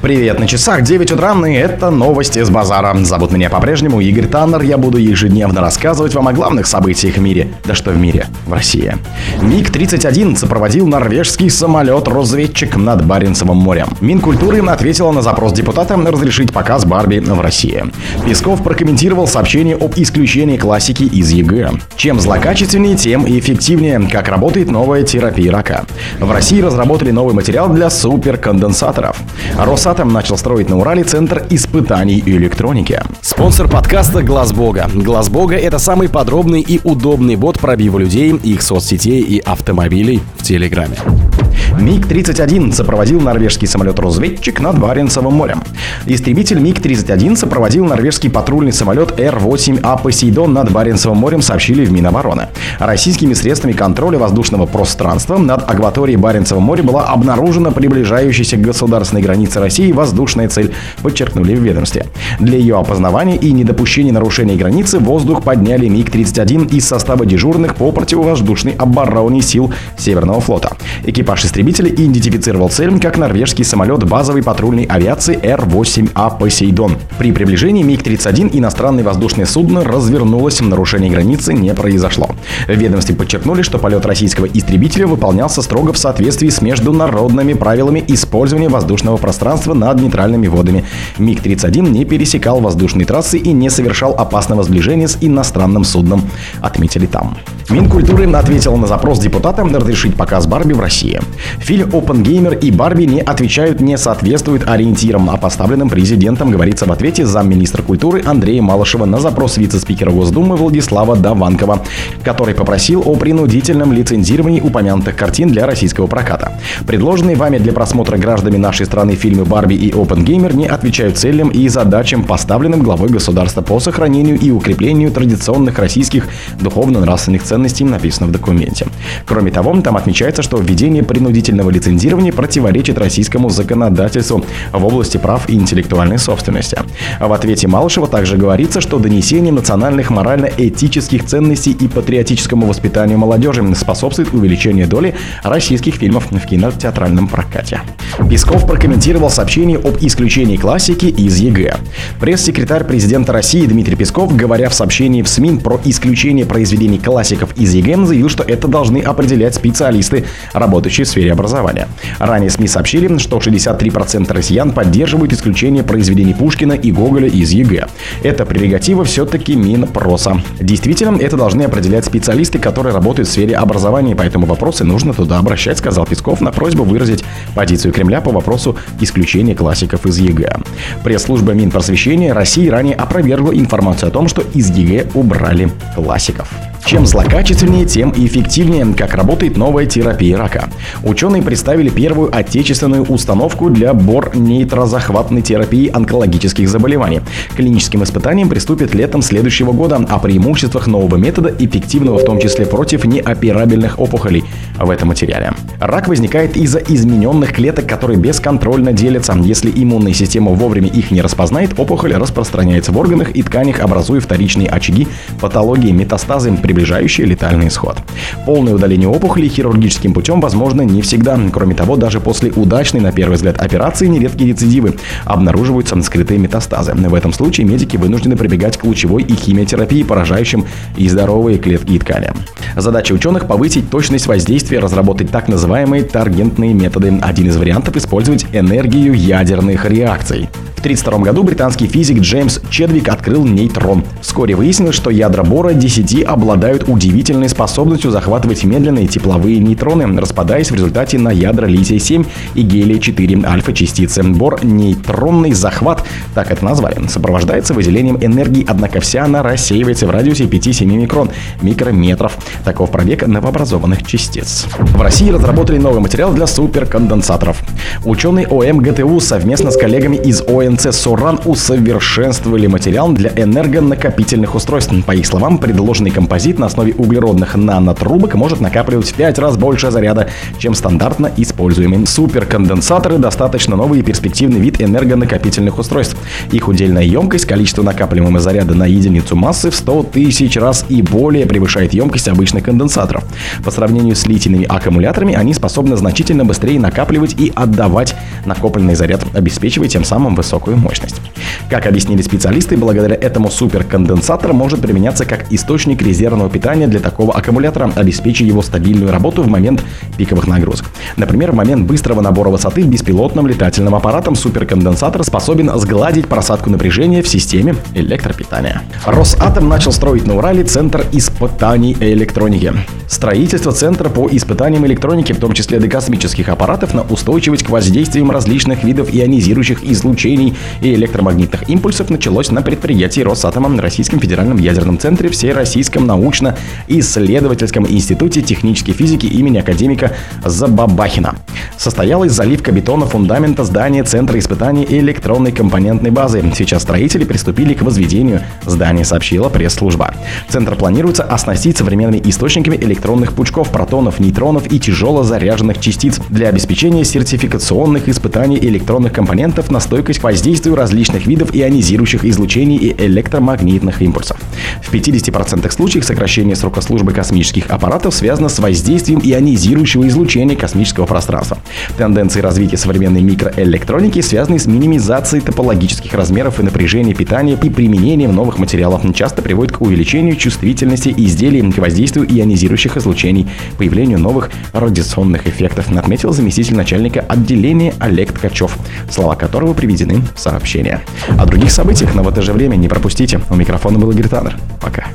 Привет, на часах 9 утра, и это новости с базара. Зовут меня по-прежнему Игорь Таннер. Я буду ежедневно рассказывать вам о главных событиях в мире. Да что в мире, в России. МиГ-31 сопроводил норвежский самолет-разведчик над Баренцевым морем. Минкультуры ответила на запрос депутата разрешить показ Барби в России. Песков прокомментировал сообщение об исключении классики из ЕГЭ. Чем злокачественнее, тем эффективнее. Как работает новая терапия рака. В России разработали новый материал для суперконденсаторов. Росатом начал строить на Урале центр испытаний электроники. Спонсор подкаста Глаз Бога. Глаз Бога — это самый подробный и удобный бот пробива людей, их соцсетей и автомобилей в Телеграме. МиГ-31 сопроводил норвежский самолет-разведчик над Баренцевым морем. Истребитель МиГ-31 сопроводил норвежский патрульный самолет Р-8А «Посейдон» над Баренцевым морем, сообщили в Минобороны. Российскими средствами контроля воздушного пространства над акваторией Баренцева моря была обнаружена приближающаяся к государственной границе России воздушная цель, подчеркнули в ведомстве. Для ее опознавания и недопущения нарушений границы в воздух подняли МиГ-31 из состава дежурных по противовоздушной обороне сил Северного флота. Экипаж истребителя идентифицировал цель как норвежский самолет базовой патрульной авиации Р-8А «Посейдон». При приближении МиГ-31 иностранное воздушное судно развернулось, нарушение границы не произошло. В ведомстве подчеркнули, что полет российского истребителя выполнялся строго в соответствии с международными правилами использования воздушного пространства над нейтральными водами. МиГ-31 не пересекал воздушные трассы и не совершал опасного сближения с иностранным судном, отметили там. Минкультуры ответила на запрос депутата разрешить показ Барби в России. Фильм «Оппенгеймер» и «Барби» не соответствуют ориентирам, поставленным президентом, говорится в ответе замминистра культуры Андрея Малышева на запрос вице-спикера Госдумы Владислава Даванкова, который попросил о принудительном лицензировании упомянутых картин для российского проката. Предложенные вами для просмотра гражданами нашей страны фильмы «Барби» и «Оппенгеймер» не отвечают целям и задачам, поставленным главой государства по сохранению и укреплению традиционных российских духовно-нравственных ценностей, написано в документе. Кроме того, там отмечается, что введение принудительного лицензирования противоречит российскому законодательству в области прав и интеллектуальной собственности. В ответе Малышева также говорится, что донесение национальных морально-этических ценностей и патриотическому воспитанию молодежи способствует увеличению доли российских фильмов в кинотеатральном прокате. Песков прокомментировал сообщение об исключении классики из ЕГЭ. Пресс-секретарь президента России Дмитрий Песков, говоря в сообщении в СМИ про исключение произведений классиков из ЕГЭ, заявил, что это должны определять специалисты, работающие в сфере образования. Ранее СМИ сообщили, что 63% россиян поддерживают исключение произведений Пушкина и Гоголя из ЕГЭ. Это прерогатива все-таки Минпроса. Действительно, это должны определять специалисты, которые работают в сфере образования, поэтому вопросы нужно туда обращать, сказал Песков на просьбу выразить позицию Кремля по вопросу исключения классиков из ЕГЭ. Пресс-служба Минпросвещения России ранее опровергла информацию о том, что из ЕГЭ убрали классиков. Чем злокачественнее, тем эффективнее. Как работает новая терапия рака. Ученые представили первую отечественную установку для бор-нейтрозахватной терапии онкологических заболеваний. К клиническим испытаниям приступят летом следующего года. О преимуществах нового метода, эффективного в том числе против неоперабельных опухолей, в этом материале. Рак возникает из-за измененных клеток, которые бесконтрольно делятся. Если иммунная система вовремя их не распознает, опухоль распространяется в органах и тканях, образуя вторичные очаги патологии, метастазы, приближающие летальный исход. Полное удаление опухоли хирургическим путем возможно не всегда. Кроме того, даже после удачной, на первый взгляд, операции нередки рецидивы. Обнаруживаются скрытые метастазы. В этом случае медики вынуждены прибегать к лучевой и химиотерапии, поражающим и здоровые клетки и ткани. Задача ученых — повысить точность воздействия, разработать так называемые таргетные методы. Один из вариантов — использовать энергию ядерных реакций. В 1932 году британский физик Джеймс Чедвик открыл нейтрон. Вскоре выяснилось, что ядра бора-10 обладают удивительной способностью захватывать медленные тепловые нейтроны, распадаясь в результате на ядра лития-7 и гелия-4 альфа-частицы. Бор-нейтронный захват, так это назвали, сопровождается выделением энергии, однако вся она рассеивается в радиусе 5-7 микрометров. Таков пробег новообразованных частиц. В России разработали новый материал для суперконденсаторов. Ученые ОМГТУ совместно с коллегами из ОН ТНЦ «Соран» усовершенствовали материал для энергонакопительных устройств. По их словам, предложенный композит на основе углеродных нанотрубок может накапливать в 5 раз больше заряда, чем стандартно используемые суперконденсаторы. Достаточно новый и перспективный вид энергонакопительных устройств. Их удельная емкость, количество накапливаемого заряда на единицу массы в 100 тысяч раз и более превышает емкость обычных конденсаторов. По сравнению с литийными аккумуляторами, они способны значительно быстрее накапливать и отдавать накопленный заряд, обеспечивая тем самым высокую мощность. Как объяснили специалисты, благодаря этому суперконденсатор может применяться как источник резервного питания для такого аккумулятора, обеспечивая его стабильную работу в момент пиковых нагрузок. Например, в момент быстрого набора высоты беспилотным летательным аппаратом суперконденсатор способен сгладить просадку напряжения в системе электропитания. Росатом начал строить на Урале центр испытаний электроники. Строительство центра по испытаниям электроники, в том числе до космических аппаратов, на устойчивость к воздействиям различных видов ионизирующих излучений и электромагнитных импульсов началось на предприятии Росатома, Российском федеральном ядерном центре, Всероссийском научно-исследовательском институте технической физики имени академика Забабахина. Состоялась заливка бетона фундамента здания Центра испытаний электронной компонентной базы. Сейчас строители приступили к возведению здания, сообщила пресс-служба. Центр планируется оснастить современными источниками электронных пучков, протонов, нейтронов и тяжело заряженных частиц для обеспечения сертификационных испытаний электронных компонентов на стойкость к воздействию различных видов ионизирующих излучений и электромагнитных импульсов. В 50% случаев сокращение срока службы космических аппаратов связано с воздействием ионизирующего излучения космического пространства. Тенденции развития современной микроэлектроники связаны с минимизацией топологических размеров и напряжения питания и применением новых материалов, часто приводит к увеличению чувствительности изделий к воздействию ионизирующих излучений, появлению новых радиационных эффектов, отметил заместитель начальника отделения Олег Ткачев, слова которого приведены в сообщении. О других событиях, но в это же время не пропустите. У микрофона был Игорь Таннер. Пока.